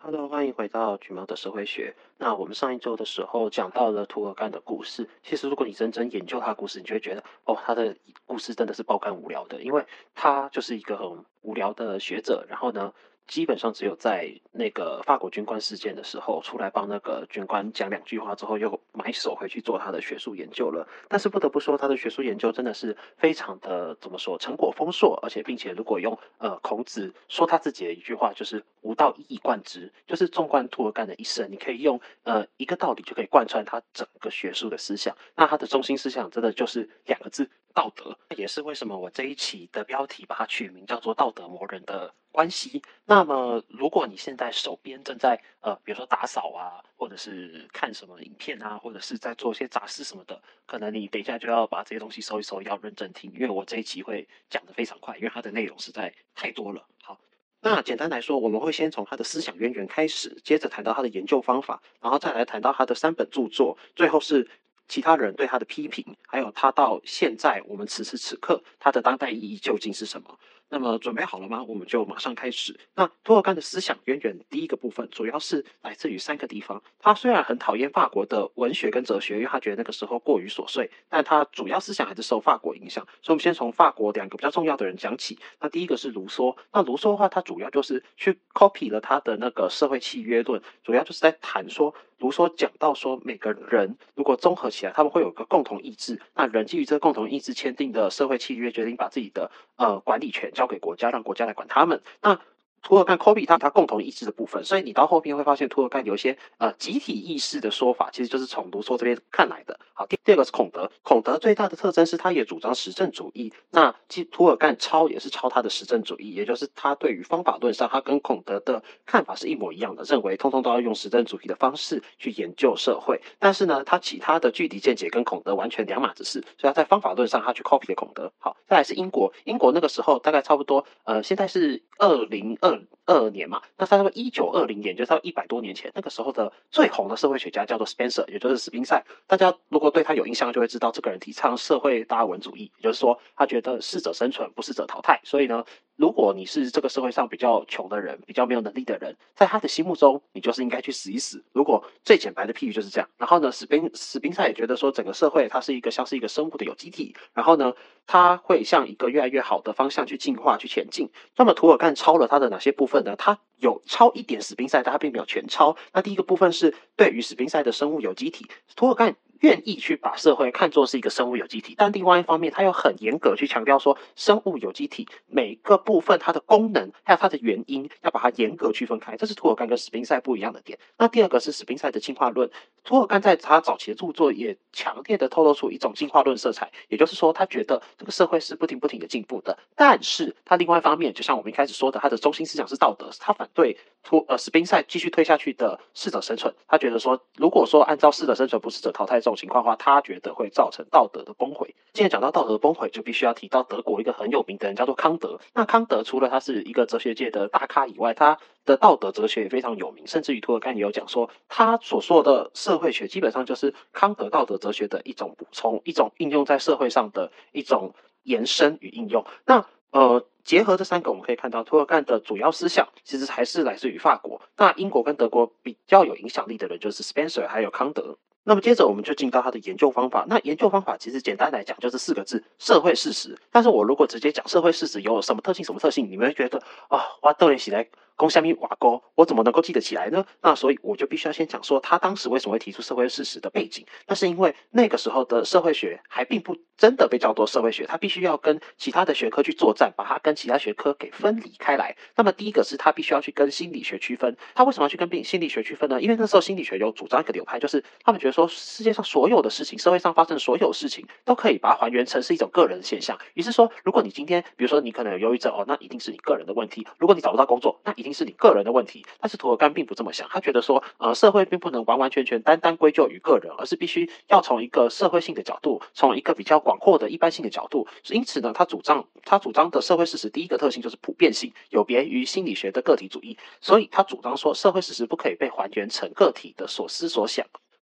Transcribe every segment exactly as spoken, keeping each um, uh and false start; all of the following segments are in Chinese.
Hello，欢迎回到橘猫的社会学。那我们上一周的时候讲到了涂尔干的故事。其实，如果你认真研究他的故事，你就会觉得，哦，他的故事真的是爆肝无聊的，因为他就是一个很无聊的学者。然后呢，基本上只有在那个法国军官事件的时候，出来帮那个军官讲两句话之后，又埋首回去做他的学术研究了。但是不得不说，他的学术研究真的是非常的怎么说，成果丰硕，而且并且如果用呃孔子说他自己的一句话，就是“吾道一以贯之”，就是纵贯涂尔干的一生，你可以用呃一个道理就可以贯穿他整个学术的思想。那他的中心思想真的就是两个字：道德。也是为什么我这一期的标题把它取名叫做“道德魔人”的关系。那么，如果你现在手边正在呃，比如说打扫啊，或者是看什么影片啊，或者是在做一些杂事什么的，可能你等一下就要把这些东西收一收，要认真听，因为我这一期会讲得非常快，因为它的内容实在太多了。好，那简单来说，我们会先从他的思想渊源开始，接着谈到他的研究方法，然后再来谈到他的三本著作，最后是其他人对他的批评，还有他到现在我们此时此刻他的当代意义究竟是什么。那么准备好了吗？我们就马上开始。那涂尔干的思想渊源第一个部分主要是来自于三个地方。他虽然很讨厌法国的文学跟哲学，因为他觉得那个时候过于琐碎，但他主要思想还是受法国影响。所以我们先从法国两个比较重要的人讲起。那第一个是卢梭。那卢梭的话，他主要就是去 copy 了他的那个社会契约论，主要就是在谈说。卢梭讲到说，每个人如果综合起来，他们会有一个共同意志。那人基于这个共同意志签订的社会契约，决定把自己的呃管理权交给国家，让国家来管他们。那涂尔干 copy 他他共同意志的部分，所以你到后面会发现涂尔干有一些呃集体意识的说法，其实就是从卢梭这边看来的。好，第第二个是孔德，孔德最大的特征是他也主张实证主义。那其实涂尔干抄也是抄他的实证主义，也就是他对于方法论上，他跟孔德的看法是一模一样的，认为通通都要用实证主义的方式去研究社会。但是呢，他其他的具体见解跟孔德完全两码子事，所以他在方法论上他去 copy 了孔德。好，再来是英国，英国那个时候大概差不多呃，现在是二零二二年嘛，那差不多一九二零年，就是到一百多年前，那个时候的最红的社会学家叫做 Spencer， 也就是史宾塞。大家如果对他有印象，就会知道这个人提倡社会达尔文主义，也就是说，他觉得适者生存，不适者淘汰。所以呢，如果你是这个社会上比较穷的人，比较没有能力的人，在他的心目中，你就是应该去死一死。如果最简白的譬喻就是这样。然后呢，史宾史宾塞也觉得说，整个社会它是一个像是一个生物的有机体，然后呢，它会向一个越来越好的方向去进化、去前进。那么涂尔干抄了他的哪些部分呢？他有抄一点史宾塞，但他并没有全抄。那第一个部分是对于史宾塞的生物有机体，涂尔干愿意去把社会看作是一个生物有机体，但另外一方面，他又很严格去强调说，生物有机体每个部分它的功能还有它的原因，要把它严格区分开，这是涂尔干跟史宾塞不一样的点。那第二个是史宾塞的进化论，涂尔干在他早期的著作也强烈的透露出一种进化论色彩，也就是说，他觉得这个社会是不停不停的进步的，但是他另外一方面，就像我们一开始说的，他的中心思想是道德，他反对涂呃史宾塞继续推下去的适者生存。他觉得说，如果说按照适者生存不适者淘汰这种情况的话，他觉得会造成道德的崩溃。既然讲到道德的崩溃，就必须要提到德国一个很有名的人叫做康德。那康德除了他是一个哲学界的大咖以外，他的道德哲学也非常有名，甚至于涂尔干也有讲说，他所说的社会学基本上就是康德道德哲学的一种补充，一种应用在社会上的一种延伸与应用。那呃，结合这三个，我们可以看到涂尔干的主要思想其实还是来自于法国。那英国跟德国比较有影响力的人就是 Spencer 还有康德。那么接着我们就进到他的研究方法。那研究方法其实简单来讲就是四个字：社会事实。但是我如果直接讲社会事实有什么特性、什么特性，你们会觉得啊，我到底起来攻下面瓦沟，我怎么能够记得起来呢？那所以我就必须要先讲说他当时为什么会提出社会事实的背景。那是因为那个时候的社会学还并不真的被叫做社会学，它必须要跟其他的学科去作战，把它跟其他学科给分离开来。那么第一个是他必须要去跟心理学区分。他为什么要去跟心理学区分呢？因为那时候心理学有主张一个流派，就是他们觉得说世界上所有的事情，社会上发生的所有事情，都可以把它还原成是一种个人现象。于是说，如果你今天比如说你可能有忧郁症哦，那一定是你个人的问题；如果你找不到工作，那一定是你个人的问题。但是涂尔干并不这么想，他觉得说，呃，社会并不能完完全全单单归咎于个人，而是必须要从一个社会性的角度，从一个比较广阔的一般性的角度。因此呢，他主张他主张的社会事实第一个特性就是普遍性，有别于心理学的个体主义。所以他主张说，社会事实不可以被还原成个体的所思所想。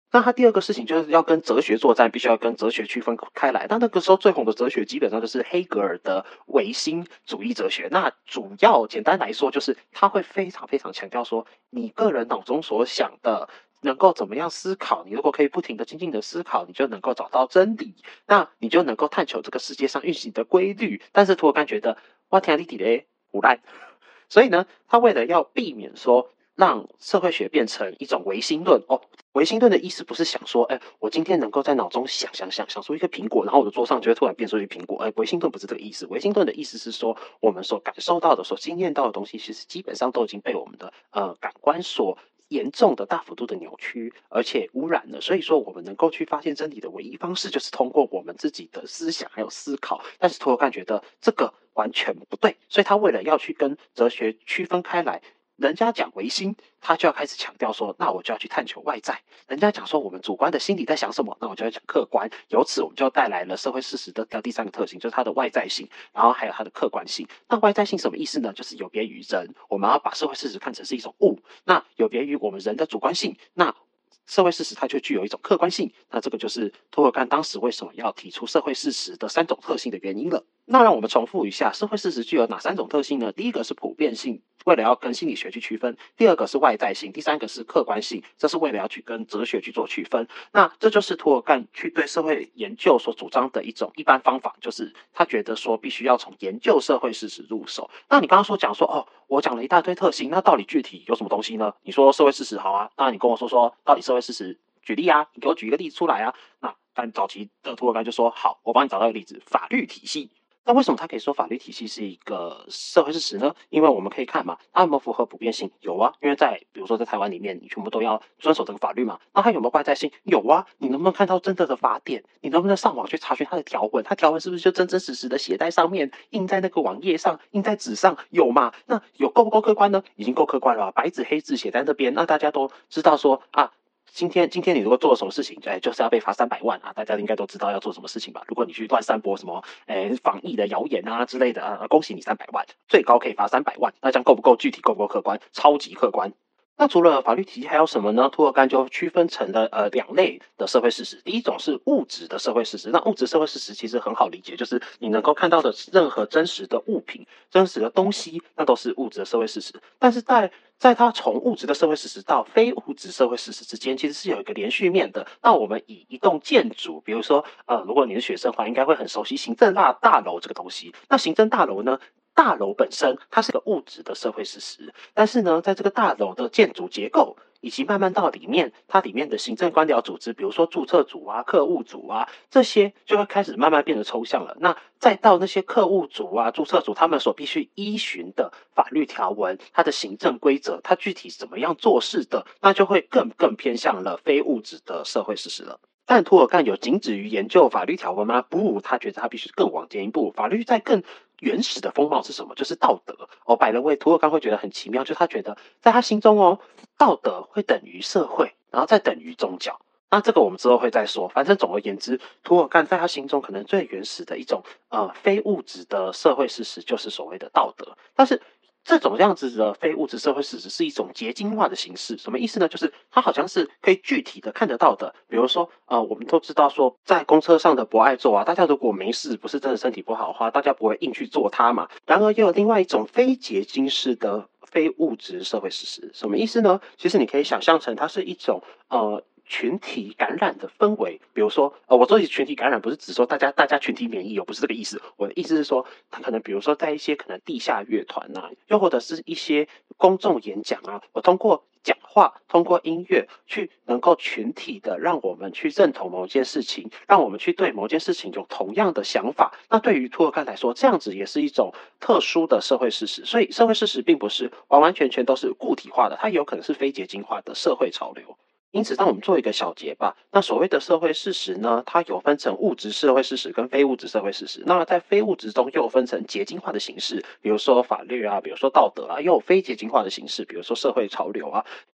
那他第二个事情就是要跟哲学作战，必须要跟哲学区分开来。那那个时候最红的哲学基本上就是黑格尔的唯心主义哲学。那主要简单来说，就是他会非常非常强调说，你个人脑中所想的能够怎么样思考，你如果可以不停的精进的思考，你就能够找到真理，那你就能够探求这个世界上运行的规律。但是涂尔干觉得，哇天啊，你底嘞胡烂，所以呢，他为了要避免说让社会学变成一种唯心论哦，唯心论的意思不是想说，哎，我今天能够在脑中想想想想出一个苹果，然后我的桌上就会突然变出一个苹果。哎，唯心论不是这个意思，唯心论的意思是说，我们所感受到的、所经验到的东西，其实基本上都已经被我们的呃感官所严重的大幅度的扭曲，而且污染了。所以说，我们能够去发现真理的唯一方式，就是通过我们自己的思想还有思考。但是涂尔干觉得这个完全不对，所以他为了要去跟哲学区分开来。人家讲唯心，他就要开始强调说，那我就要去探求外在。人家讲说我们主观的心理在想什么，那我就要讲客观。由此，我们就带来了社会事实的第三个特性，就是它的外在性，然后还有它的客观性。那外在性什么意思呢？就是有别于人，我们要把社会事实看成是一种物。那有别于我们人的主观性，那社会事实它就具有一种客观性。那这个就是涂尔干当时为什么要提出社会事实的三种特性的原因了。那让我们重复一下，社会事实具有哪三种特性呢？第一个是普遍性，为了要跟心理学去区分；第二个是外在性；第三个是客观性，这是为了要去跟哲学去做区分。那这就是涂尔干去对社会研究所主张的一种一般方法，就是他觉得说必须要从研究社会事实入手。那你刚刚说讲说哦，我讲了一大堆特性，那到底具体有什么东西呢？你说社会事实好啊，那你跟我说说到底社会事实，举例啊，你给我举一个例子出来啊。那但早期的涂尔干就说好，我帮你找到一个例子，法律体系。那为什么他可以说法律体系是一个社会事实呢？因为我们可以看嘛，它有没有符合普遍性？有啊，因为在比如说在台湾里面，你全部都要遵守这个法律嘛。那它有没有外在性？有啊，你能不能看到真的的法典？你能不能上网去查询它的条文？它条文是不是就真真实实的写在上面，印在那个网页上，印在纸上？有嘛？那有够不够客观呢？已经够客观了，白纸黑字写在那边，那大家都知道说啊。今天，今天你如果做了什么事情，哎，就是要被罚三百万啊！大家应该都知道要做什么事情吧？如果你去乱散播什么，哎，防疫的谣言啊之类的啊，恭喜你三百万，最高可以罚三百万。那这样够不够具体？够不够客观？超级客观。那除了法律体系还有什么呢？涂尔干就区分成了呃两类的社会事实。第一种是物质的社会事实。那物质社会事实其实很好理解，就是你能够看到的任何真实的物品、真实的东西，那都是物质的社会事实。但是在在它从物质的社会事实到非物质社会事实之间，其实是有一个连续面的。那我们以一栋建筑，比如说呃，如果你是学生的话，应该会很熟悉行政大大楼这个东西。那行政大楼呢？大楼本身它是个物质的社会事实，但是呢，在这个大楼的建筑结构以及慢慢到里面，它里面的行政官僚组织，比如说注册组啊、客户组啊，这些就会开始慢慢变得抽象了。那再到那些客户组啊、注册组，他们所必须依循的法律条文、它的行政规则，它具体怎么样做事的，那就会更更偏向了非物质的社会事实了。但涂尔干有仅止于研究法律条文吗？不，他觉得他必须更往前一步。法律在更原始的风貌是什么？就是道德。哦，百人为涂尔干会觉得很奇妙，就是他觉得在他心中哦，道德会等于社会，然后再等于宗教。那这个我们之后会再说。反正总而言之，涂尔干在他心中可能最原始的一种呃非物质的社会事实，就是所谓的道德。但是这种样子的非物质社会事实是一种结晶化的形式，什么意思呢？就是它好像是可以具体的看得到的。比如说，呃，我们都知道说，在公车上的博爱座啊，大家如果没事，不是真的身体不好的话，大家不会硬去做它嘛。然而，又有另外一种非结晶式的非物质社会事实，什么意思呢？其实你可以想象成它是一种呃。群体感染的氛围，比如说，呃，我说群体感染不是指说大家大家群体免疫哦，不是这个意思。我的意思是说，他可能比如说在一些可能地下乐团啊，又或者是一些公众演讲啊，我通过讲话，通过音乐去能够群体的让我们去认同某件事情，让我们去对某件事情有同样的想法。那对于涂尔干来说，这样子也是一种特殊的社会事实。所以社会事实并不是完完全全都是固体化的，它有可能是非结晶化的社会潮流。因此，当我们做一个小结吧，那所谓的社会事实呢，它有分成物质社会事实跟非物质社会事实。那在非物质中又分成结晶化的形式，比如说法律啊，比如说道德啊，又有非结晶化的形式，比如说社会潮流啊。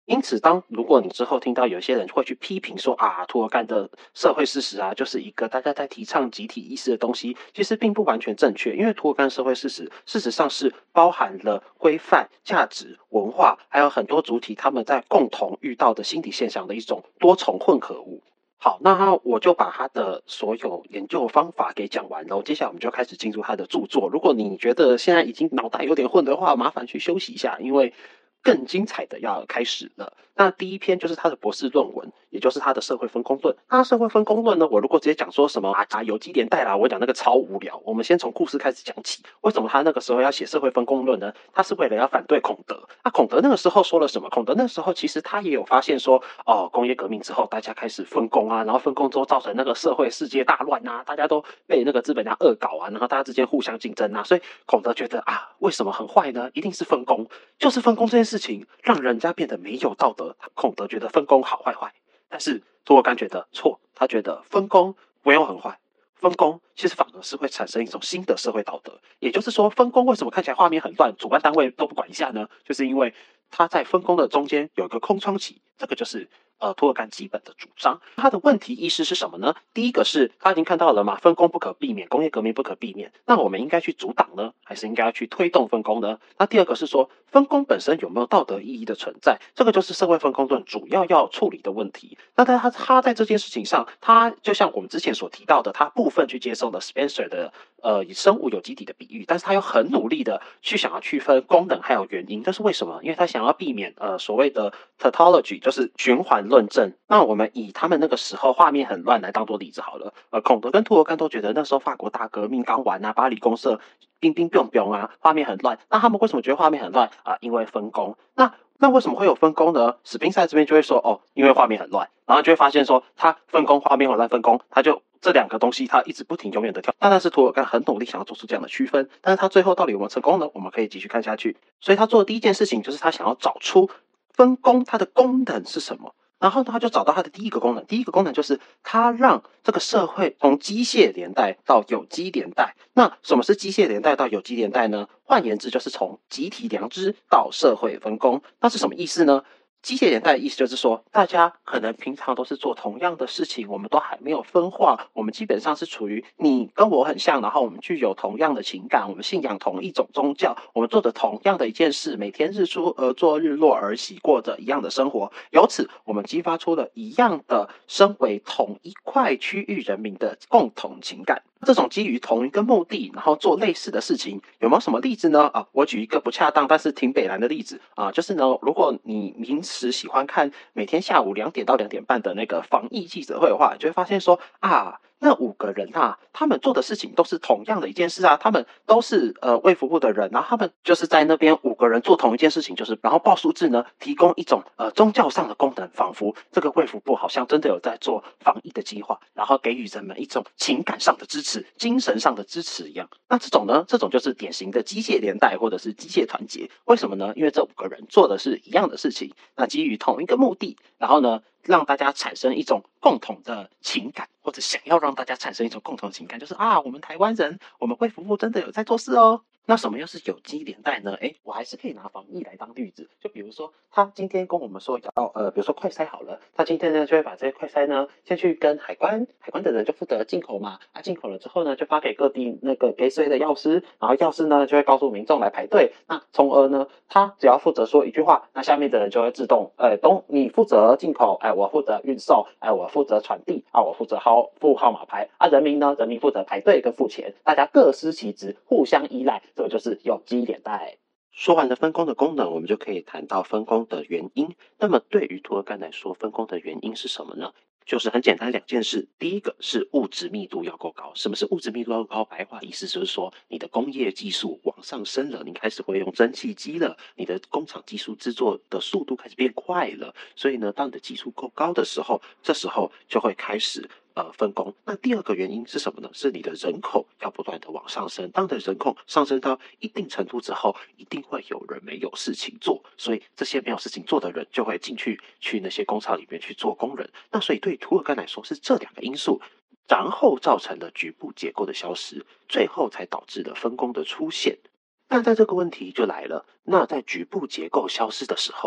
因此，当如果你之后听到有些人会去批评说啊，涂尔干的社会事实啊，就是一个大家在提倡集体意识的东西，其实并不完全正确。因为涂尔干社会事实，事实上是包含了规范、价值、文化，还有很多主体他们在共同遇到的心理现象的一种多重混合物。好，那我就把他的所有研究方法给讲完了。接下来我们就开始进入他的著作。如果你觉得现在已经脑袋有点混的话，麻烦去休息一下，因为更精彩的要开始了。那第一篇就是他的博士论文，也就是他的社会分工论。他的社会分工论呢，我如果直接讲说什么啊有机连带啦，我讲那个超无聊。我们先从故事开始讲起。为什么他那个时候要写社会分工论呢？他是为了要反对孔德。那孔德那个时候说了什么？孔德那时候其实他也有发现说，哦，工业革命之后大家开始分工啊，然后分工之后造成那个社会世界大乱啊，大家都被那个资本家恶搞啊，然后大家之间互相竞争啊，所以孔德觉得啊，为什么很坏呢？一定是分工，就是分工这件事情让人家变得没有道德。孔德觉得分工好坏坏，但是涂尔干觉得错，他觉得分工没有很坏，分工其实反而是会产生一种新的社会道德。也就是说，分工为什么看起来画面很乱，主办单位都不管一下呢？就是因为他在分工的中间有一个空窗期，这个就是呃涂尔干基本的主张。他的问题意识是什么呢？第一个是他已经看到了嘛，分工不可避免，工业革命不可避免，那我们应该去阻挡呢，还是应该要去推动分工呢？那第二个是说分工本身有没有道德意义的存在，这个就是社会分工论主要要处理的问题。那他他在这件事情上，他就像我们之前所提到的，他部分去接受了 Spencer 的呃以生物有机体的比喻，但是他又很努力的去想要区分功能还有原因。这是为什么？因为他想要避免呃所谓的 tautology， 就是循环论证。那我们以他们那个时候画面很乱来当做例子好了。呃，孔德跟涂尔干都觉得那时候法国大革命刚完啊，巴黎公社冰冰冰冰啊，画面很乱。那他们为什么觉得画面很乱啊？因为分工。那那为什么会有分工呢？史宾塞这边就会说，哦，因为画面很乱，然后就会发现说，他分工画面很乱，分工，他就这两个东西，他一直不停永远的跳。那但是涂尔干很努力想要做出这样的区分，但是他最后到底有没有成功呢？我们可以继续看下去。所以他做的第一件事情就是他想要找出分工它的功能是什么。然后呢，他就找到他的第一个功能，第一个功能就是他让这个社会从机械连带到有机连带。那什么是机械连带到有机连带呢？换言之，就是从集体良知到社会分工。那是什么意思呢？机械连带的意思就是说，大家可能平常都是做同样的事情，我们都还没有分化，我们基本上是处于你跟我很像，然后我们具有同样的情感，我们信仰同一种宗教，我们做的同样的一件事，每天日出而作，日落而息，过着一样的生活，由此我们激发出了一样的身为同一块区域人民的共同情感。这种基于同一个目的，然后做类似的事情，有没有什么例子呢？啊，我举一个不恰当但是挺北蓝的例子啊，就是呢，如果你平时喜欢看每天下午两点到两点半的那个防疫记者会的话，你就会发现说啊。那五个人啊，他们做的事情都是同样的一件事啊，他们都是呃卫福部的人，然后他们就是在那边五个人做同一件事情，就是然后报数字呢，提供一种呃宗教上的功能，仿佛这个卫福部好像真的有在做防疫的计划，然后给予人们一种情感上的支持、精神上的支持一样。那这种呢，这种就是典型的机械连带或者是机械团结。为什么呢？因为这五个人做的是一样的事情，那基于同一个目的，然后呢，让大家产生一种共同的情感，或者想要让大家产生一种共同的情感，就是啊，我们台湾人，我们卫福部真的有在做事哦。那什么又是有机连带呢？诶，我还是可以拿防疫来当例子。就比如说，他今天跟我们说要呃，比如说快筛好了，他今天呢就会把这些快筛呢先去跟海关，海关的人就负责进口嘛，啊，进口了之后呢就发给各地那个给税的药师，然后药师呢就会告诉民众来排队。那从而呢，他只要负责说一句话，那下面的人就会自动，呃，东你负责进口，哎，我负责运送，哎，我负责传递，啊，我负责号付号码牌，啊，人民呢，人民负责排队跟付钱，大家各司其职，互相依赖。这个就是有机连带。说完了分工的功能，我们就可以谈到分工的原因。那么对于涂尔干来说，分工的原因是什么呢？就是很简单两件事，第一个是物质密度要够高。什么是物质密度要够高？白话意思就是说，你的工业技术往上升了，你开始会用蒸汽机了，你的工厂技术制作的速度开始变快了。所以呢，当你的技术够高的时候，这时候就会开始呃分工。那第二个原因是什么呢？是你的人口要不断的往上升。当你的人口上升到一定程度之后，一定会有人没有事情做，所以这些没有事情做的人就会进去去那些工厂里面去做工人。那所以对涂尔干来说是这两个因素，然后造成了局部结构的消失，最后才导致了分工的出现。那在这个问题就来了，那在局部结构消失的时候，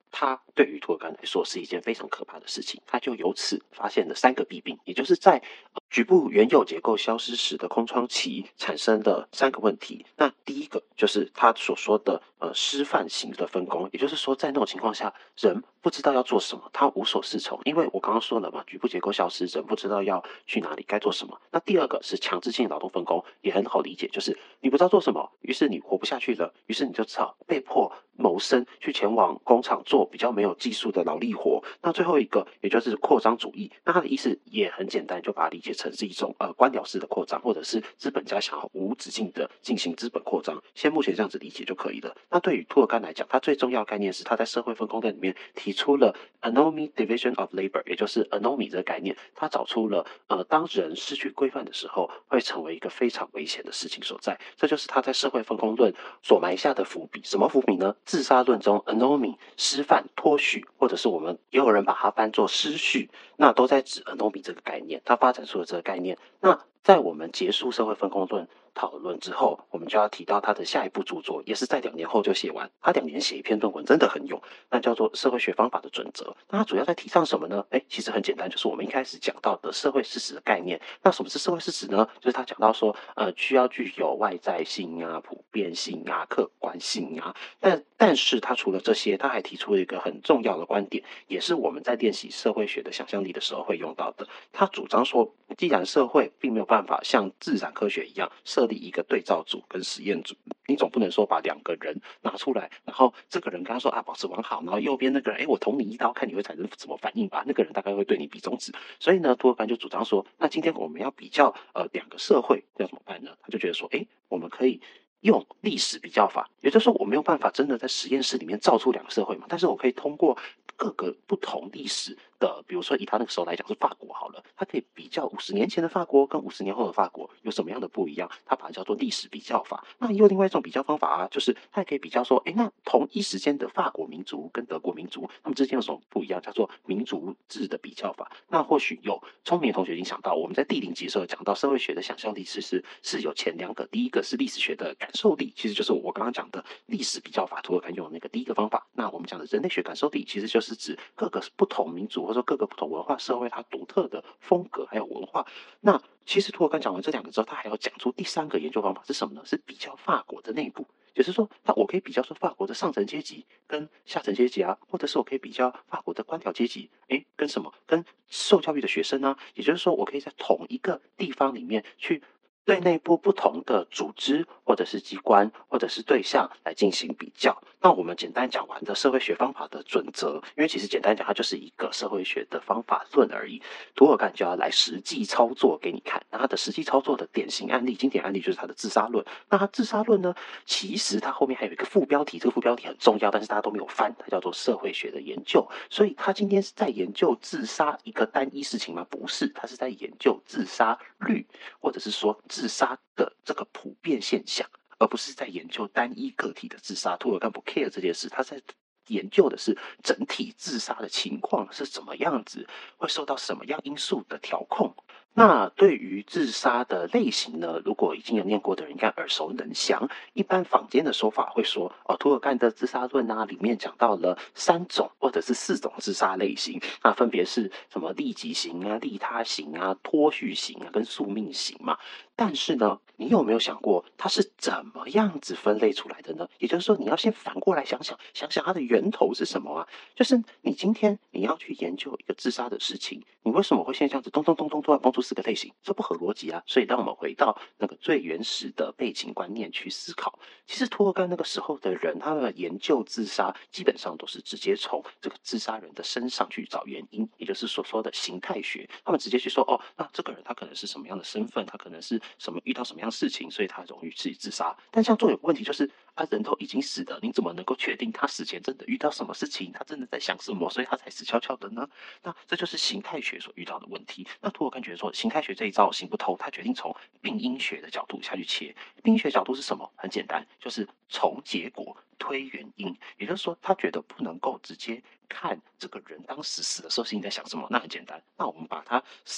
它对于涂尔干来说是一件非常可怕的事情，他就由此发现了三个弊病，也就是在、呃、局部原有结构消失时的空窗期产生的三个问题。那第一个就是他所说的呃师范型的分工，也就是说在那种情况下，人不知道要做什么，他无所适从，因为我刚刚说了嘛，局部结构消失，人不知道要去哪里，该做什么。那第二个是强制性劳动分工，也很好理解，就是你不知道做什么，于是你活不下去了，于是你就只好被迫谋生，去前往工厂做比较没有技术的劳力活。那最后一个，也就是扩张主义，那它的意思也很简单，就把它理解成是一种呃官僚式的扩张，或者是资本家想要无止境的进行资本扩张。先目前这样子理解就可以了。那对于涂尔干来讲，他最重要的概念是他在社会分工论里面提出了 anomie division of labor， 也就是 anomie 这个概念，他找出了呃当人失去规范的时候，会成为一个非常危险的事情所在。这就是他在社会分工论所埋下的伏笔。什么伏笔呢？自杀论中 anomie 师范脱序，或者是我们也有人把它翻作失序，那都在指 anomie 这个概念，他发展出了这个概念。那在我们结束社会分工论讨论之后，我们就要提到他的下一部著作，也是在两年后就写完。他两年写一篇论文，真的很勇，那叫做《社会学方法的准则》。那他主要在提倡什么呢？哎，其实很简单，就是我们一开始讲到的社会事实的概念。那什么是社会事实呢？就是他讲到说，呃，需要具有外在性啊、普遍性啊、客观性啊。但但是他除了这些，他还提出了一个很重要的观点，也是我们在练习社会学的想象力的时候会用到的。他主张说，既然社会并没有办法像自然科学一样设立一个对照组跟实验组，你总不能说把两个人拿出来，然后这个人跟他说啊保持完好，然后右边那个人，哎我捅你一刀，看你会产生什么反应吧？那个人大概会对你比中指。所以呢，涂尔干就主张说，那今天我们要比较呃两个社会要怎么办呢？他就觉得说，哎，我们可以用历史比较法，也就是说我没有办法真的在实验室里面造出两个社会嘛，但是我可以通过各个不同历史的，比如说以他那个时候来讲是法国好了，他可以比较五十年前的法国跟五十年后的法国有什么样的不一样，他把它叫做历史比较法。那也有另外一种比较方法啊，就是他也可以比较说，哎，那同一时间的法国民族跟德国民族，他们之间有什么不一样，叫做民族志的比较法。那或许有聪明的同学已经想到，我们在第零集的时候讲到社会学的想象力其实是有前两个，第一个是历史学的感受力，其实就是我刚刚讲的历史比较法，涂尔干用的那个第一个方法。那我们讲的人类学感受力，其实就是指各个不同民族或者说各个不同文化社会它独特的风格还有文化。那其实涂尔干讲完这两个之后，他还要讲出第三个研究方法是什么呢？是比较法国的内部。就是说，那我可以比较说法国的上层阶级跟下层阶级啊，或者是我可以比较法国的官僚阶级，诶，跟什么？跟受教育的学生啊。也就是说，我可以在同一个地方里面去对内部不同的组织或者是机关或者是对象来进行比较。那我们简单讲完的社会学方法的准则，因为其实简单讲它就是一个社会学的方法论而已。涂尔干就要来实际操作给你看，那他的实际操作的典型案例、经典案例就是他的自杀论。那他自杀论呢，其实它后面还有一个副标题，这个副标题很重要，但是大家都没有翻，它叫做社会学的研究。所以他今天是在研究自杀一个单一事情吗？不是，他是在研究自杀率，或者是说自杀的这个普遍现象，而不是在研究单一个体的自杀。涂尔干不 care 这件事，他在研究的是整体自杀的情况是怎么样子，会受到什么样因素的调控。那对于自杀的类型呢，如果已经有念过的人应该耳熟能详。一般坊间的说法会说，哦，涂尔干的自杀论啊，里面讲到了三种或者是四种自杀类型，那分别是什么利己型啊、利他型啊、脱序型啊跟宿命型嘛。但是呢，你有没有想过它是怎么样子分类出来的呢？也就是说，你要先反过来想想，想想它的源头是什么啊？就是你今天你要去研究一个自杀的事情，你为什么会现在这样子咚咚咚咚突然蹦出四个类型？这不合逻辑啊！所以让我们回到那个最原始的背景观念去思考。其实涂尔干那个时候的人，他们研究自杀，基本上都是直接从这个自杀人的身上去找原因，也就是所说的形态学。他们直接去说，哦，那这个人他可能是什么样的身份，他可能是什么遇到什么样的事情，所以他容易自己自杀。但这样做有个问题，就是啊，人都已经死了，你怎么能够确定他死前真的遇到什么事情，他真的在想什么，所以他才死翘翘的呢？那这就是形态学所遇到的问题。那涂尔干觉得说，形态学这一招行不通，他决定从病因学的角度下去切。病因学角度是什么？很简单，就是从结果推原因。也就是说，他觉得不能够直接看这个人当时死的时候心里在想什么。那很简单，那我们把他死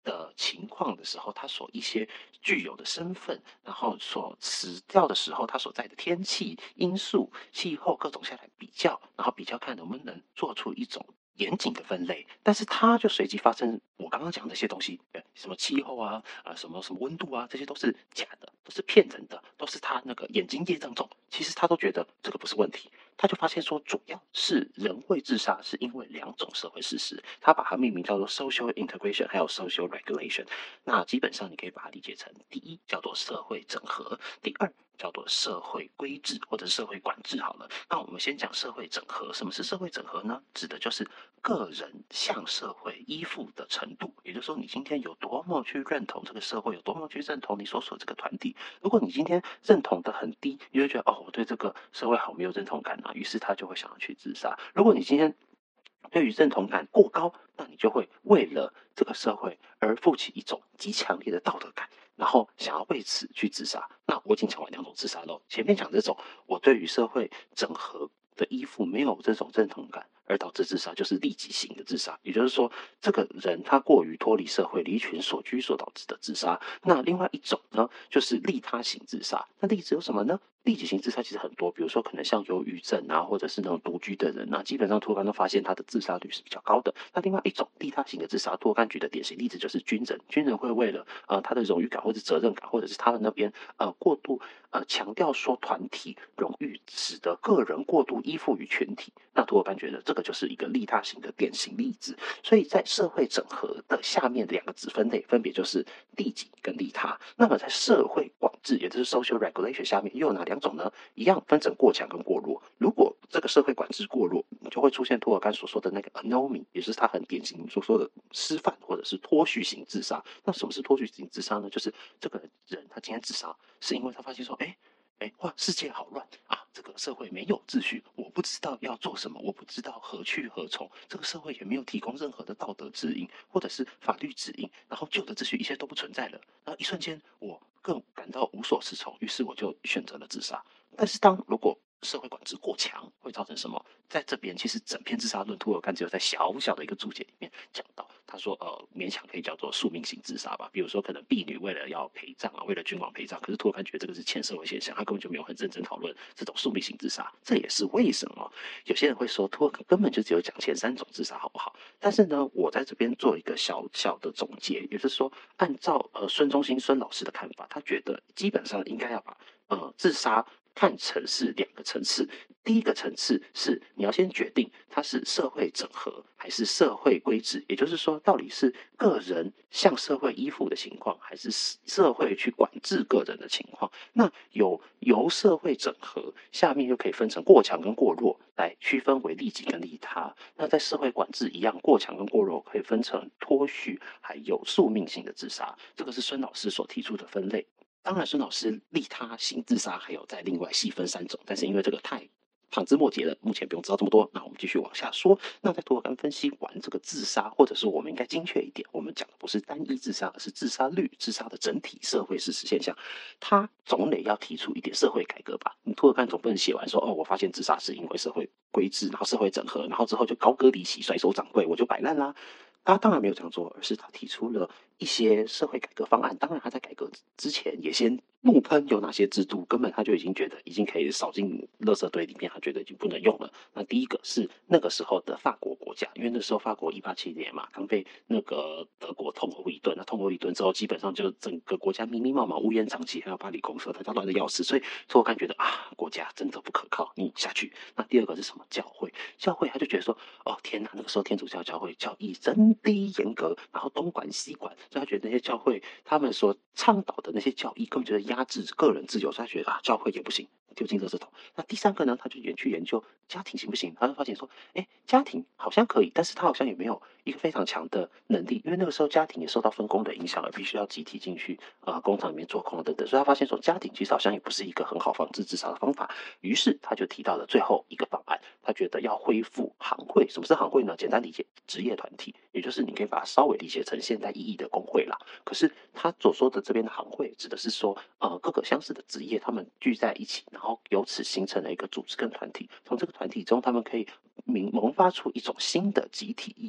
的情况的时候，它所一些具有的身份，然后所死掉的时候，它所在的天气因素、气候各种下来比较，然后比较看能不能做出一种严谨的分类。但是它就随机发生我刚刚讲的那些东西，什么气候啊，啊什么什么温度啊，这些都是假的，都是骗人的，都是他那个眼睛业障重。其实他都觉得这个不是问题，他就发现说，主要是人会自杀，是因为两种社会事实，他把它命名叫做 social integration，还有 social regulation。那基本上你可以把它理解成，第一叫做社会整合，第二叫做社会规制或者社会管制。好了，那我们先讲社会整合。什么是社会整合呢？指的就是个人向社会依附的程度，也就是说，你今天有多么去认同这个社会，有多么去认同你所属这个团体。如果你今天认同的很低，你就觉得哦，我对这个社会好没有认同感啊，于是他就会想要去自杀。如果你今天对于认同感过高，那你就会为了这个社会而负起一种极强烈的道德感，然后想要为此去自杀。那我已经讲完两种自杀喽，前面讲这种我对于社会整合的依附没有这种认同感而导致自杀，就是利己型的自杀，也就是说，这个人他过于脱离社会、离群所居所导致的自杀。那另外一种呢，就是利他型自杀。那例子有什么呢？利己型自杀其实很多，比如说可能像忧郁症啊，或者是那种独居的人，那基本上托干都发现他的自杀率是比较高的。那另外一种利他型的自杀，托干举的典型例子就是军人，军人会为了呃他的荣誉感或者责任感，或者是他的那边呃过度呃强调说团体荣誉，使得个人过度依附于群体。那托干觉得这个就是一个利他型的典型例子。所以在社会整合的下面两个子分类，分别就是利己跟利他。那么在社会管制，也就是 social regulation 下面又有哪两种呢？一样分成过强跟过弱。如果这个社会管制过弱，就会出现托尔干所说的那个 anomie， 也就是他很典型所说的失范或者是脱序型自杀。那什么是脱序型自杀呢？就是这个人他今天自杀，是因为他发现说，哎。哎，哇，世界好乱啊！这个社会没有秩序，我不知道要做什么，我不知道何去何从。这个社会也没有提供任何的道德指引或者是法律指引，然后旧的秩序一切都不存在了。然后一瞬间，我更感到无所适从，于是我就选择了自杀。但是当如果社会管制过强，会造成什么？在这边其实整篇自杀论，图尔干只有在小小的一个注解里面讲到，他说呃勉强可以叫做宿命型自杀吧。比如说可能婢女为了要陪葬啊，为了君王陪葬，可是图尔干觉得这个是前社会现象，他根本就没有很认真讨论这种宿命型自杀。这也是为什么有些人会说图尔干根本就只有讲前三种自杀好不好？但是呢，我在这边做一个小小的总结，也就是说，按照呃孙中兴孙老师的看法，他觉得基本上应该要把呃自杀看成是两个层次。第一个层次是你要先决定它是社会整合还是社会规制，也就是说，到底是个人向社会依附的情况，还是社会去管制个人的情况。那有由社会整合，下面又可以分成过强跟过弱来区分为利己跟利他。那在社会管制一样，过强跟过弱可以分成脱序还有宿命性的自杀。这个是孙老师所提出的分类。当然，孙老师利他型自杀还有再另外细分三种，但是因为这个太旁枝末节了，目前不用知道这么多。那我们继续往下说。那在图尔干分析完这个自杀，或者是我们应该精确一点，我们讲的不是单一自杀，而是自杀率、自杀的整体社会事实现象。他总得要提出一点社会改革吧？你图尔干总不能写完说，哦，我发现自杀是因为社会规制，然后社会整合，然后之后就高歌离席、甩手掌柜，我就摆烂啦。他当然没有这样做，而是他提出了一些社会改革方案。当然，他在改革之前也先怒喷有哪些制度，根本他就已经觉得已经可以扫进垃圾堆里面，他觉得已经不能用了。那第一个是那个时候的法国国家，因为那时候法国一八七零年嘛，刚被那个德国痛殴一顿，那痛殴一顿之后，基本上就整个国家迷迷茫茫、乌烟瘴气，还有巴黎公社，大家乱的要死。所以托尔干觉得啊，国家真的不可靠，你下去。那第二个是什么？教会，教会他就觉得说，哦天哪，那个时候天主教教会教义真的严格，然后东管西管，所以他觉得那些教会他们所倡导的那些教义根本就是压制个人自由，所以他觉得啊，教会也不行，丢进垃圾桶。那第三个呢，他就研去研究家庭行不行，他就发现说，哎，家庭好像可以，但是他好像也没有一个非常强的能力，因为那个时候家庭也受到分工的影响，而必须要集体进去啊、呃、工厂里面做工等等，所以他发现说，家庭其实好像也不是一个很好防治自杀的方法。于是他就提到了最后一个方案，他觉得要恢复行会。什么是行会呢？简单理解，职业团体，也就是你可以把它稍微理解成现代意义的工会啦。可是他所说的这边的行会，指的是说，呃，各个相似的职业他们聚在一起，然后由此形成了一个组织跟团体。从这个团体中，他们可以萌萌发出一种新的集体意识，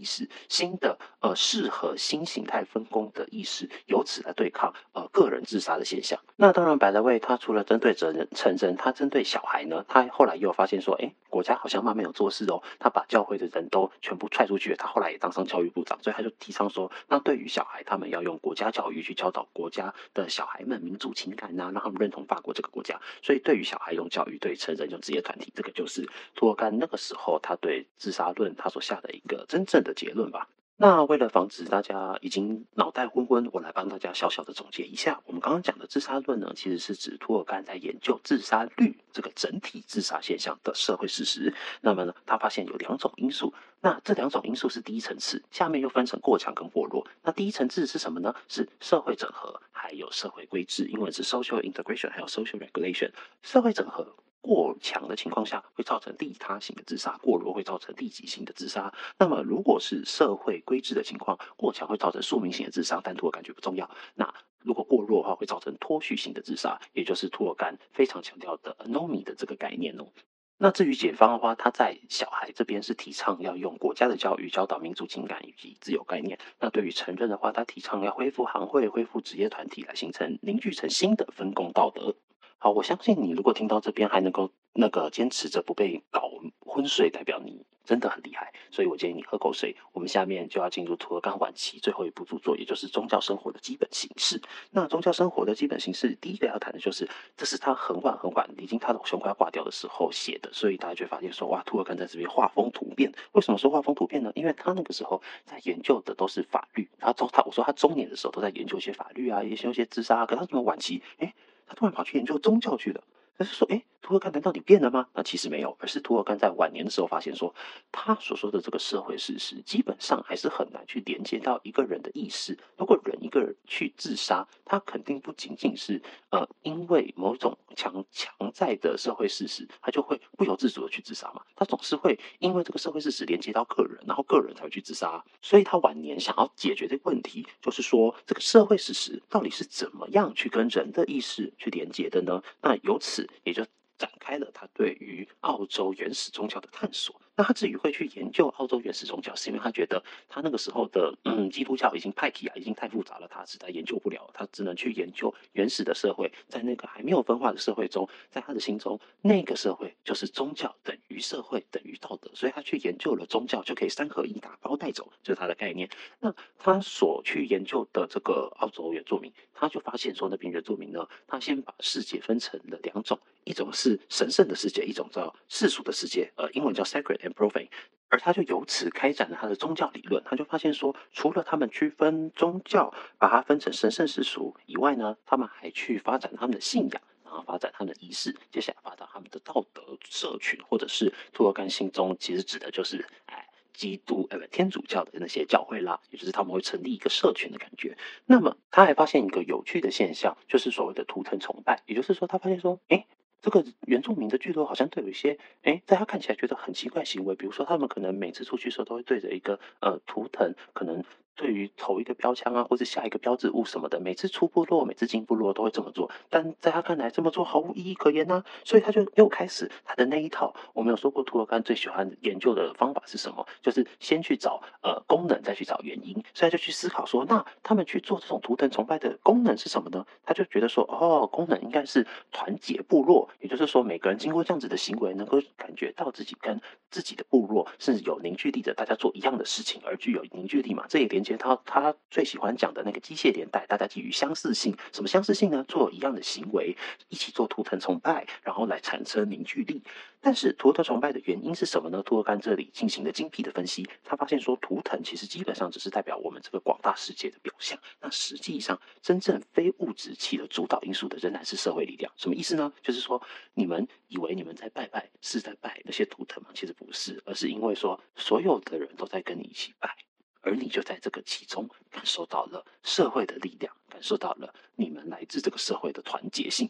新的呃适合新形态分工的意识，由此来对抗呃个人自杀的现象。那当然，百来位他除了针对成人成人，他针对小孩呢，他后来又发现说，哎，国家好像慢慢有做事哦，他把教会的人都全部踹出去了，他后来也当上教育部长，所以他就提倡说，那对于小孩，他们要用国家教育去教导国家的小孩们民族情感呐、啊，让他们认同法国这个国家。所以对于小孩用教育，对于成人用职业团体，这个就是涂尔干那个时候他对自杀论他所下的一个真正的结论吧。那为了防止大家已经脑袋昏昏，我来帮大家小小的总结一下。我们刚刚讲的自杀论呢，其实是指涂尔干在研究自杀率这个整体自杀现象的社会事实。那么呢，他发现有两种因素，那这两种因素是第一层次，下面又分成过强跟过弱。那第一层次是什么呢？是社会整合，还有社会规制，英文是 social integration， 还有 social regulation。社会整合过强的情况下，会造成利他型的自杀；过弱会造成利己型的自杀。那么，如果是社会规制的情况，过强会造成宿命型的自杀，但涂尔干觉不重要。那如果过弱的话，会造成脱序型的自杀，也就是涂尔干非常强调的 anomie 的这个概念哦。那至于解放的话，他在小孩这边是提倡要用国家的教育教导民族情感以及自由概念。那对于成人的话，他提倡要恢复行会、恢复职业团体，来形成凝聚成新的分工道德。好，我相信你如果听到这边还能够那个坚持着不被搞昏睡，代表你真的很厉害。所以我建议你喝口水。我们下面就要进入涂尔干晚期最后一部著作，也就是宗教生活的基本形式。那宗教生活的基本形式，第一个要谈的就是，这是他很晚很晚，已经他的胸快要挂掉的时候写的，所以大家就会发现说，哇，涂尔干在这边画风突变。为什么说画风突变呢？因为他那个时候在研究的都是法律，他中他我说他中年的时候都在研究一些法律啊，研究一些自杀啊，可他怎么晚期，哎？他突然跑去研究宗教去了。他就说：“哎，涂尔干难道你变了吗？”那其实没有，而是涂尔干在晚年的时候发现说，他所说的这个社会事实，基本上还是很难去连接到一个人的意识。如果人一个人去自杀，他肯定不仅仅是呃因为某种强强在的社会事实，他就会不由自主的去自杀嘛。他总是会因为这个社会事实连接到个人，然后个人才会去自杀。所以他晚年想要解决这个问题，就是说这个社会事实到底是怎么样去跟人的意识去连接的呢？那由此也就展开了他对于澳洲原始宗教的探索。那他至于会去研究澳洲原始宗教，是因为他觉得他那个时候的嗯基督教已经派系啊，已经太复杂了，他实在研究不了，他只能去研究原始的社会。在那个还没有分化的社会中，在他的心中，那个社会就是宗教等于社会等于道德，所以他去研究了宗教，就可以三合一打包带走，这、就是他的概念。那他所去研究的这个澳洲原住民，他就发现说，那边原住民呢，他先把世界分成了两种，一种是神圣的世界，一种叫世俗的世界，呃，英文叫 sacred and profane。而他就由此开展了他的宗教理论，他就发现说，除了他们区分宗教，把它分成神圣世俗以外呢，他们还去发展他们的信仰，然后发展他们的仪式，接下来发展他们的道德社群，或者是涂尔干心中其实指的就是哎基督呃天主教的那些教会啦，也就是他们会成立一个社群的感觉。那么他还发现一个有趣的现象，就是所谓的图腾崇拜，也就是说他发现说，哎。这个原住民的聚落好像都有一些，哎，在他看起来觉得很奇怪行为，比如说他们可能每次出去的时候都会对着一个呃图腾，可能对于投一个标枪啊，或者下一个标志物什么的，每次出部落、每次进部落都会这么做，但在他看来这么做毫无意义可言呐、啊，所以他就又开始他的那一套。我们有说过，涂尔干最喜欢研究的方法是什么？就是先去找呃功能，再去找原因，所以他就去思考说，那他们去做这种图腾崇拜的功能是什么呢？他就觉得说，哦，功能应该是团结部落。也就是说，每个人经过这样子的行为，能够感觉到自己跟自己的部落是有凝聚力的，大家做一样的事情而具有凝聚力嘛。这也连接到他最喜欢讲的那个机械连带，大家基于相似性。什么相似性呢？做一样的行为，一起做图腾崇拜，然后来产生凝聚力。但是图腾崇拜的原因是什么呢？涂尔干这里进行了精辟的分析，他发现说，图腾其实基本上只是代表我们这个广大世界的表象。那实际上，真正非物质起了主导因素的，仍然是社会力量。什么意思呢？就是说，你们以为你们在拜拜是在拜那些图腾吗？其实不是，而是因为说所有的人都在跟你一起拜，而你就在这个其中感受到了社会的力量，感受到了你们来自这个社会的团结性。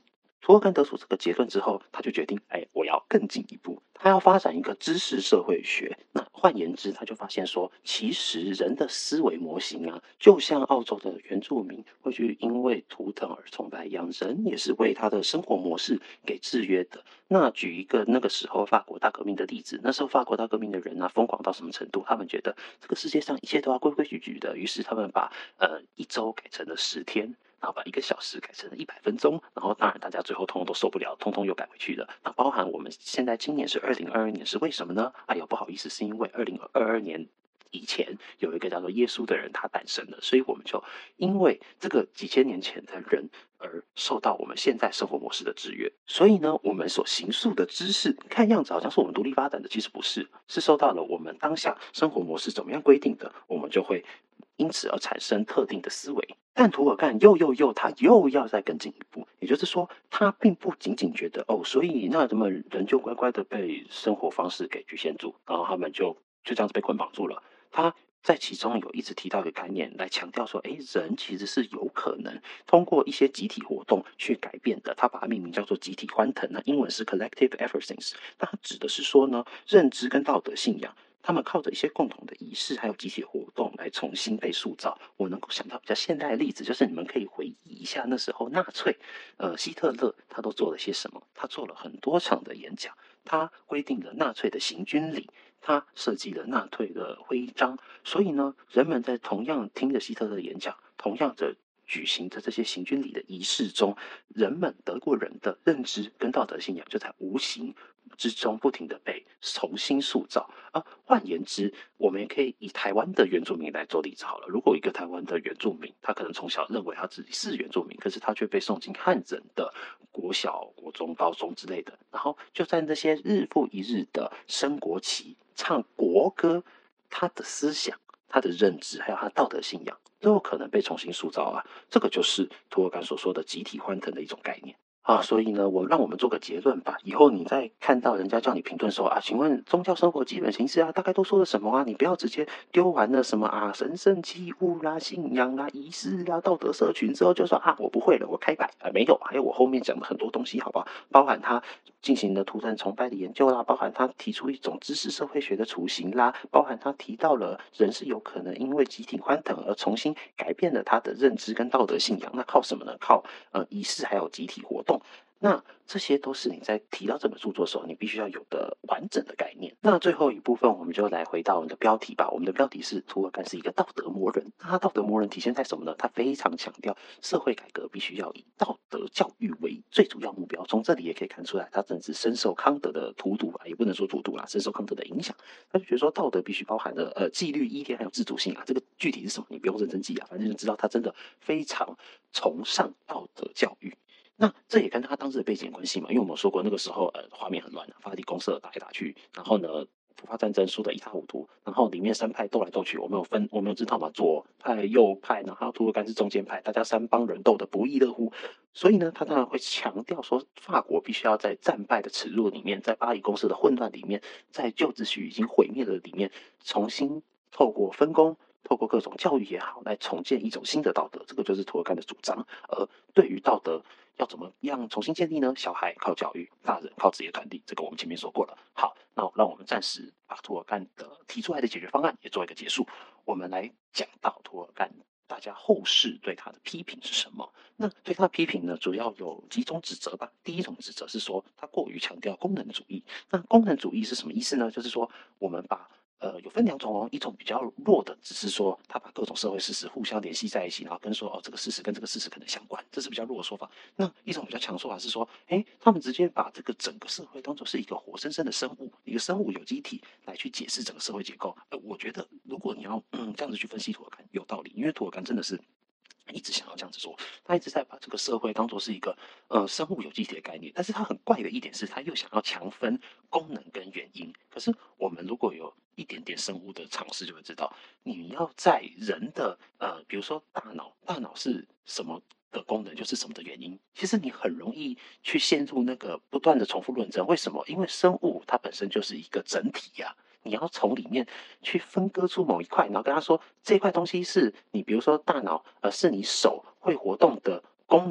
涂尔干得出这个结论之后，他就决定，哎，我要更进一步，他要发展一个知识社会学。那换言之，他就发现说，其实人的思维模型啊，就像澳洲的原住民会去因为图腾而崇拜一样，人也是为他的生活模式给制约的。那举一个那个时候法国大革命的例子，那时候法国大革命的人啊，疯狂到什么程度？他们觉得这个世界上一切都要规规矩矩的，于是他们把呃一周改成了十天。然后把一个小时改成了一百分钟，然后当然大家最后通通都受不了，通通又改回去了。那包含我们现在今年是二零二二年，是为什么呢？哎呦，不好意思，是因为二零二二年以前有一个叫做耶稣的人，他诞生了，所以我们就因为这个几千年前的人而受到我们现在生活模式的制约。所以呢，我们所形塑的知识，看样子好像是我们独立发展的，其实不是，是受到了我们当下生活模式怎么样规定的，我们就会因此而产生特定的思维。但涂尔干又又又，他又要再更进一步，也就是说，他并不仅仅觉得哦，所以那怎么人就乖乖的被生活方式给局限住，然后他们就就这样子被捆绑住了。他在其中有一直提到一个概念，来强调说，哎，人其实是有可能通过一些集体活动去改变的。他把它命名叫做集体欢腾，那英文是 collective everything。那它指的是说呢，认知跟道德信仰。他们靠着一些共同的仪式，还有集体活动来重新被塑造。我能够想到比较现代的例子，就是你们可以回忆一下那时候纳粹，呃，希特勒他都做了些什么？他做了很多场的演讲，他规定了纳粹的行军礼，他设计了纳粹的徽章。所以呢，人们在同样听着希特勒演讲，同样的举行着这些行军礼的仪式中，人们德国人的认知跟道德信仰就在无形之中不停的被重新塑造。啊，换言之，我们也可以以台湾的原住民来做例子好了。如果一个台湾的原住民，他可能从小认为他自己是原住民，可是他却被送进汉人的国小、国中、高中之类的，然后就在那些日复一日的升国旗、唱国歌，他的思想、他的认知，还有他道德信仰，都有可能被重新塑造啊。这个就是涂尔干所说的集体欢腾的一种概念。啊，所以呢，我让我们做个结论吧。以后你再看到人家叫你评论说啊，请问宗教生活基本形式啊，大概都说了什么啊？你不要直接丢完了什么啊，神圣器物啦、信仰啦、仪式啦、道德社群之后，就说啊，我不会了，我开摆啊，没有，还有我后面讲的很多东西，好不好？包含他进行了图腾崇拜的研究啦，包含他提出一种知识社会学的雏形啦，包含他提到了人是有可能因为集体欢腾而重新改变了他的认知跟道德信仰。那靠什么呢？靠呃仪式还有集体活动。那这些都是你在提到这本著作的时候，你必须要有的完整的概念。那最后一部分，我们就来回到我们的标题吧。我们的标题是涂尔干是一个道德魔人。那他道德魔人体现在什么呢？他非常强调社会改革必须要以道德教育为最主要目标。从这里也可以看出来，他真是深受康德的荼毒啊，也不能说荼毒啦，深受康德的影响。他就觉得说，道德必须包含了呃纪律、依恋还有自主性啊。这个具体是什么，你不用认真记啊，反正就知道他真的非常崇尚道德教育。那这也跟他当时的背景有关系嘛，因为我们说过那个时候，呃，画面很乱啊，法拉第公社打来打去，然后呢，普法战争输得一塌糊涂，然后里面三派斗来斗去，我们有分，我们有知道嘛，左派、右派，然后涂尔干是中间派，大家三帮人斗得不亦乐乎。所以呢，他当然会强调说，法国必须要在战败的耻辱里面，在巴黎公社的混乱里面，在旧秩序已经毁灭的里面，重新透过分工。透过各种教育也好，来重建一种新的道德，这个就是涂尔干的主张。而对于道德要怎么样重新建立呢？小孩靠教育，大人靠职业团体，这个我们前面说过了。好，那让我们暂时把涂尔干的提出来的解决方案也做一个结束。我们来讲到涂尔干，大家后世对他的批评是什么？那对他的批评呢，主要有几种指责吧。第一种指责是说他过于强调功能主义。那功能主义是什么意思呢？就是说我们把呃，有分两种哦，一种比较弱的，只是说他把各种社会事实互相联系在一起，然后跟说哦，这个事实跟这个事实可能相关，这是比较弱的说法。那一种比较强说法是说，哎，他们直接把这个整个社会当作是一个活生生的生物，一个生物有机体来去解释整个社会结构。呃，我觉得如果你要嗯这样子去分析涂尔干有道理，因为涂尔干真的是。一直想要这样子做，他一直在把这个社会当作是一个呃生物有机体的概念，但是他很怪的一点是，他又想要强分功能跟原因。可是我们如果有一点点生物的常识，就会知道，你要在人的呃，比如说大脑，大脑是什么的功能，就是什么的原因。其实你很容易去陷入那个不断的重复论证。为什么？因为生物它本身就是一个整体呀、啊。你要从里面去分割出某一块，然后跟他说这块东西是你，比如说大脑，呃，是你手会活动的功能，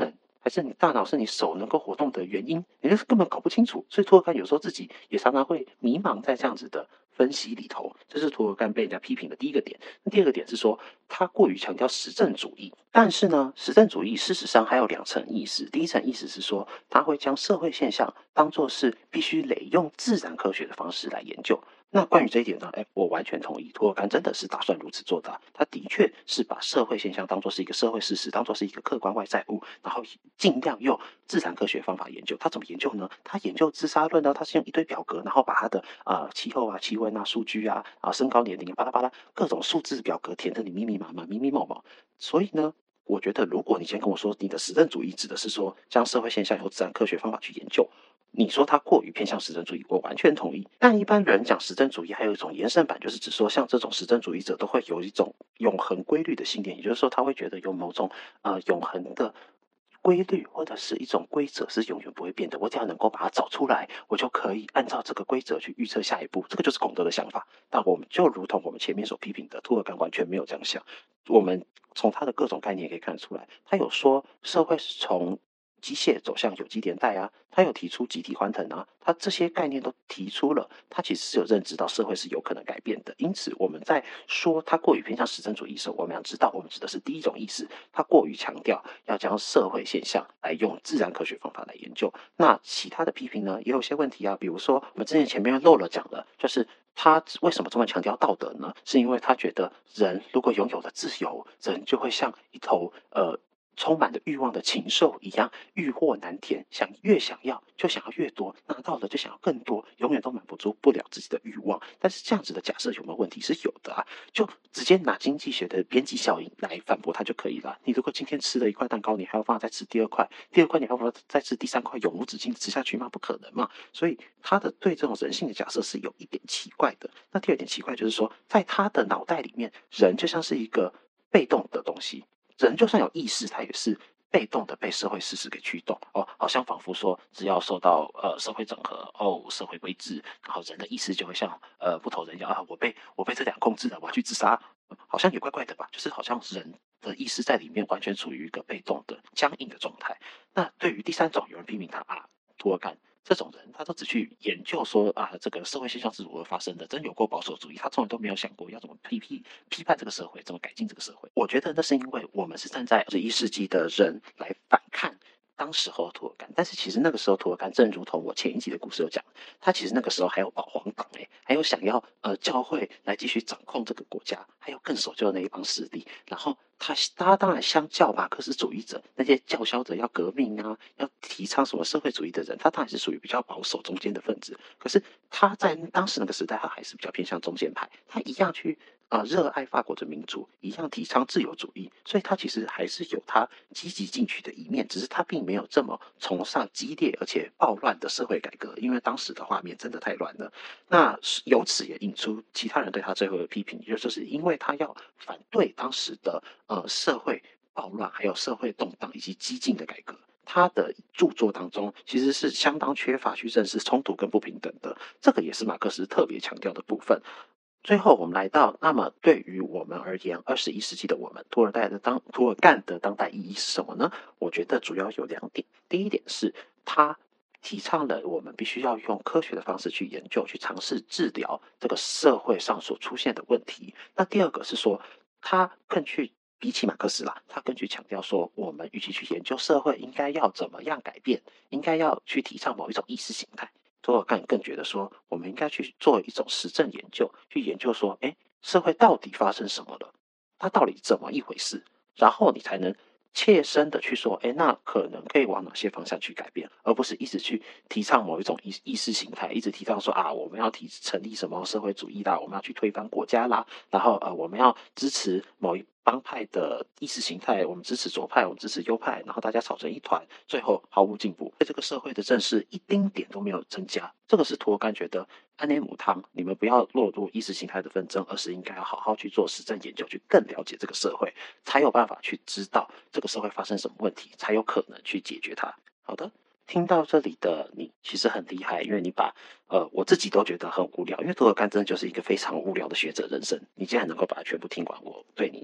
还是你大脑是你手能够活动的原因，你就是根本搞不清楚。所以涂尔干有时候自己也常常会迷茫在这样子的分析里头，这是涂尔干被人家批评的第一个点。那第二个点是说，他过于强调实证主义，但是呢，实证主义事实上还有两层意思。第一层意思是说，他会将社会现象当作是必须得用自然科学的方式来研究。那关于这一点呢，哎，我完全同意，涂尔干真的是打算如此做的。他的确是把社会现象当作是一个社会事实，当作是一个客观外在物，然后尽量用自然科学方法研究。他怎么研究呢？他研究自杀论呢，他是用一堆表格，然后把他的呃气候啊、气温啊、数据啊、啊身高年龄啊、巴拉巴拉各种数字表格填的你密密麻麻、密密麻麻。所以呢，我觉得如果你先跟我说你的实证主义指的是说将社会现象由自然科学方法去研究，你说他过于偏向实证主义，我完全同意。但一般人讲实证主义，还有一种延伸版，就是指说像这种实证主义者都会有一种永恒规律的信念，也就是说他会觉得有某种呃永恒的规律或者是一种规则是永远不会变的，我只要能够把它找出来，我就可以按照这个规则去预测下一步。这个就是孔德的想法。但我们就如同我们前面所批评的，涂尔干完全没有这样想。我们从他的各种概念可以看出来，他有说社会是从机械走向有机连带啊，他有提出集体欢腾啊，他这些概念都提出了，他其实是有认知到社会是有可能改变的。因此，我们在说他过于偏向实证主义时，我们要知道，我们指的是第一种意思，他过于强调要将社会现象来用自然科学方法来研究。那其他的批评呢，也有些问题啊，比如说我们之前前面漏了讲的，就是他为什么这么强调道德呢？是因为他觉得人如果拥有了自由，人就会像一头呃充满了欲望的禽兽一样，欲壑难填，想越想要就想要越多，拿到了就想要更多，永远都满足不了自己的欲望。但是这样子的假设有没有问题？是有的啊，就直接拿经济学的边际效应来反驳它就可以了。你如果今天吃了一块蛋糕，你还要放再吃第二块，第二块你还要再吃第三块，永无止境吃下去吗？不可能嘛。所以他的对这种人性的假设是有一点奇怪的。那第二点奇怪就是说，在他的脑袋里面，人就像是一个被动的东西。人就算有意识，他也是被动的被社会事实给驱动哦，好像仿佛说，只要受到呃社会整合哦，社会规制，然后人的意识就会像呃不投人一样啊，我被我被这两控制了，我要去自杀，好像也怪怪的吧？就是好像人的意识在里面完全处于一个被动的僵硬的状态。那对于第三种，有人批评他啊，涂尔干这种人，他都只去研究说啊，这个社会现象是如何发生的，真有够保守主义，他从来都没有想过要怎么批批批判这个社会，怎么改进这个社会。我觉得那是因为我们是站在二十一世纪的人来反看当时候的涂尔干，但是其实那个时候涂尔干，正如同我前一集的故事有讲，他其实那个时候还有保皇党哎、欸，还有想要呃教会来继续掌控这个国家，还有更守旧的那一帮势力，然后。他他当然相较马克思主义者那些叫嚣着要革命啊，要提倡什么社会主义的人，他当然是属于比较保守中间的分子。可是他在当时那个时代，他还是比较偏向中间派，他一样去啊热爱法国的民主，一样提倡自由主义，所以他其实还是有他积极进取的一面，只是他并没有这么崇尚激烈而且暴乱的社会改革，因为当时的画面真的太乱了。那由此也引出其他人对他最后的批评，也就是因为他要反对当时的呃社会暴乱，还有社会动荡以及激进的改革。他的著作当中其实是相当缺乏去认识冲突跟不平等的，这个也是马克思特别强调的部分。最后，我们来到，那么对于我们而言，二十一世纪的我们，涂尔干的当涂尔干的当代意义是什么呢？我觉得主要有两点。第一点是他提倡了我们必须要用科学的方式去研究，去尝试治疗这个社会上所出现的问题。那第二个是说，他更去比起马克思啦，他更去强调说，我们与其去研究社会应该要怎么样改变，应该要去提倡某一种意识形态。涂尔干更觉得说，我们应该去做一种实证研究，去研究说，哎，社会到底发生什么了？它到底怎么一回事？然后你才能切身的去说，哎，那可能可以往哪些方向去改变，而不是一直去提倡某一种意意识形态，一直提倡说啊，我们要提成立什么社会主义啦，我们要去推翻国家啦，然后呃，我们要支持某一帮派的意识形态，我们支持左派，我们支持右派，然后大家吵成一团，最后毫无进步，对这个社会的正视一丁点都没有增加。这个是涂尔干觉得安内姆汤，你们不要落入意识形态的纷争，而是应该要好好去做实证研究，去更了解这个社会，才有办法去知道这个社会发生什么问题，才有可能去解决它。好的。听到这里的你其实很厉害，因为你把呃我自己都觉得很无聊，因为涂尔干真的就是一个非常无聊的学者人生，你竟然能够把它全部听完，我对你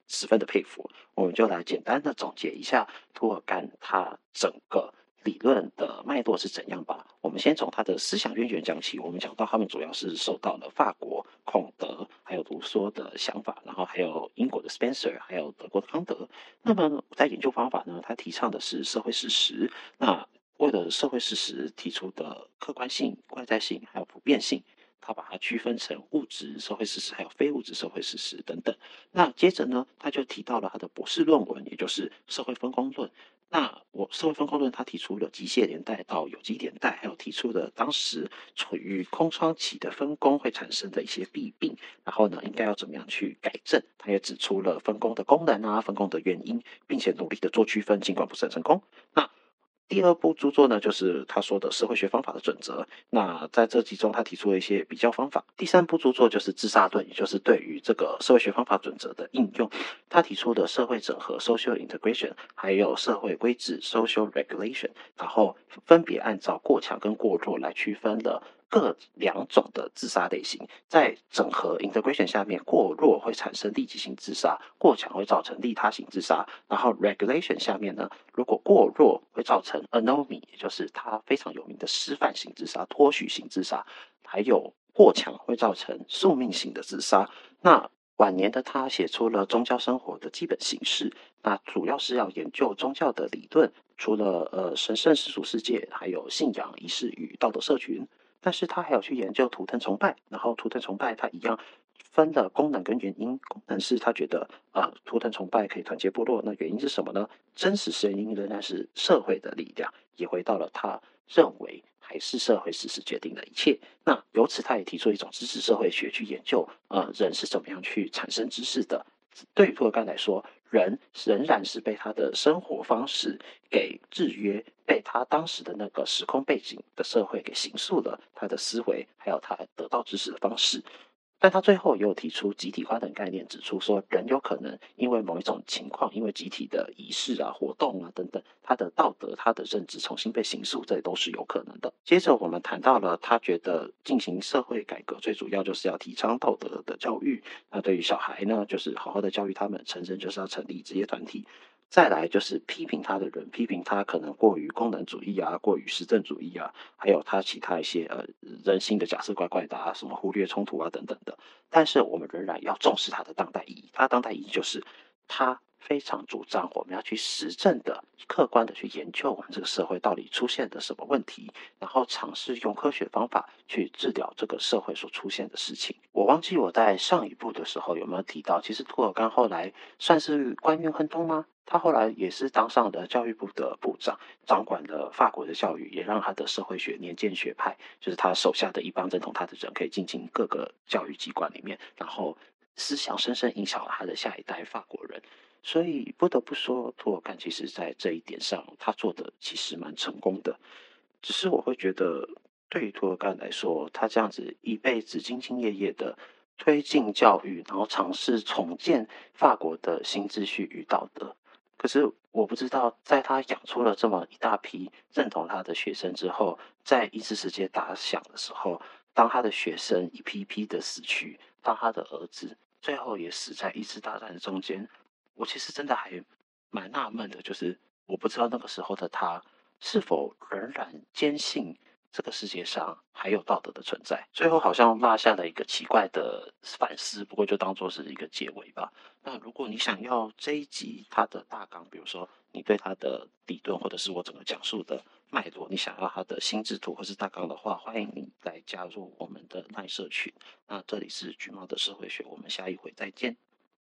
十分的佩服。我们就来简单的总结一下涂尔干他整个理论的脉络是怎样吧。我们先从他的思想渊源讲起。我们讲到他们主要是受到了法国孔德还有卢梭的想法，然后还有英国的 Spencer， 还有德国的康德。那么在研究方法呢，他提倡的是社会事实。那为了社会事实提出的客观性、外在性还有普遍性，他把它区分成物质社会事实还有非物质社会事实等等。那接着呢，他就提到了他的博士论文，也就是社会分工论。那我社会分工论，他提出了机械年代到有机年代，还有提出了当时处于空窗期的分工会产生的一些弊病，然后呢，应该要怎么样去改正。他也指出了分工的功能啊，分工的原因，并且努力的做区分，尽管不是很成功。那第二部著作呢，就是他说的社会学方法的准则。那在这其中，他提出了一些比较方法。第三部著作就是自杀论，也就是对于这个社会学方法准则的应用。他提出的社会整合 （social integration） 还有社会规制 （social regulation），然后分别按照过强跟过弱来区分了各两种的自杀类型。在整合 integration 下面，过弱会产生立即性自杀，过强会造成利他型自杀。然后 regulation 下面呢，如果过弱会造成 anomie， 也就是他非常有名的失范型自杀、脱序型自杀，还有过强会造成宿命型的自杀。那晚年的他写出了宗教生活的基本形式，那主要是要研究宗教的理论，除了呃神圣世俗世界，还有信仰仪式与道德社群。但是他还有去研究图腾崇拜，然后图腾崇拜他一样分了功能跟原因。功能是他觉得呃图腾崇拜可以团结部落，那原因是什么呢？真实原因仍然是社会的力量，也回到了他认为还是社会事实决定了一切。那由此他也提出一种知识社会学去研究呃人是怎么样去产生知识的。对于涂尔干来说，人仍然是被他的生活方式给制约，被他当时的那个时空背景的社会给形塑了他的思维，还有他得到知识的方式。但他最后也有提出集体化等概念，指出说人有可能因为某一种情况，因为集体的仪式啊、活动啊等等，他的道德、他的认知重新被形塑，这也都是有可能的。接着我们谈到了他觉得进行社会改革最主要就是要提倡道德的教育。那对于小孩呢，就是好好的教育他们，成人就是要成立职业团体。再来就是批评他的人，批评他可能过于功能主义啊，过于实证主义啊，还有他其他一些呃人性的假设怪怪的啊，什么忽略冲突啊等等的。但是我们仍然要重视他的当代意义。他的当代意义就是他非常主张我们要去实证的、客观的去研究我们这个社会到底出现的什么问题，然后尝试用科学方法去治疗这个社会所出现的事情。我忘记我在上一部的时候有没有提到，其实涂尔干后来算是官运亨通吗？他后来也是当上了教育部的部长，掌管了法国的教育，也让他的社会学年鉴学派，就是他手下的一帮认同他的人，可以进进各个教育机关里面，然后思想深深影响了他的下一代法国人。所以不得不说，涂尔干其实在这一点上，他做的其实蛮成功的。只是我会觉得，对于涂尔干来说，他这样子一辈子兢兢业业的推进教育，然后尝试重建法国的新秩序与道德。可是我不知道，在他养出了这么一大批认同他的学生之后，在一次世界打响的时候，当他的学生一批一批的死去，当他的儿子最后也死在一次大战的中间，我其实真的还蛮纳闷的，就是我不知道那个时候的他是否仍然坚信这个世界上还有道德的存在。最后好像落下了一个奇怪的反思，不过就当做是一个结尾吧。那如果你想要这一集它的大纲，比如说你对它的理论或者是我整个讲述的脉络，你想要它的心智图或是大纲的话，欢迎你来加入我们的赖社群。那这里是橘猫的社会学，我们下一回再见。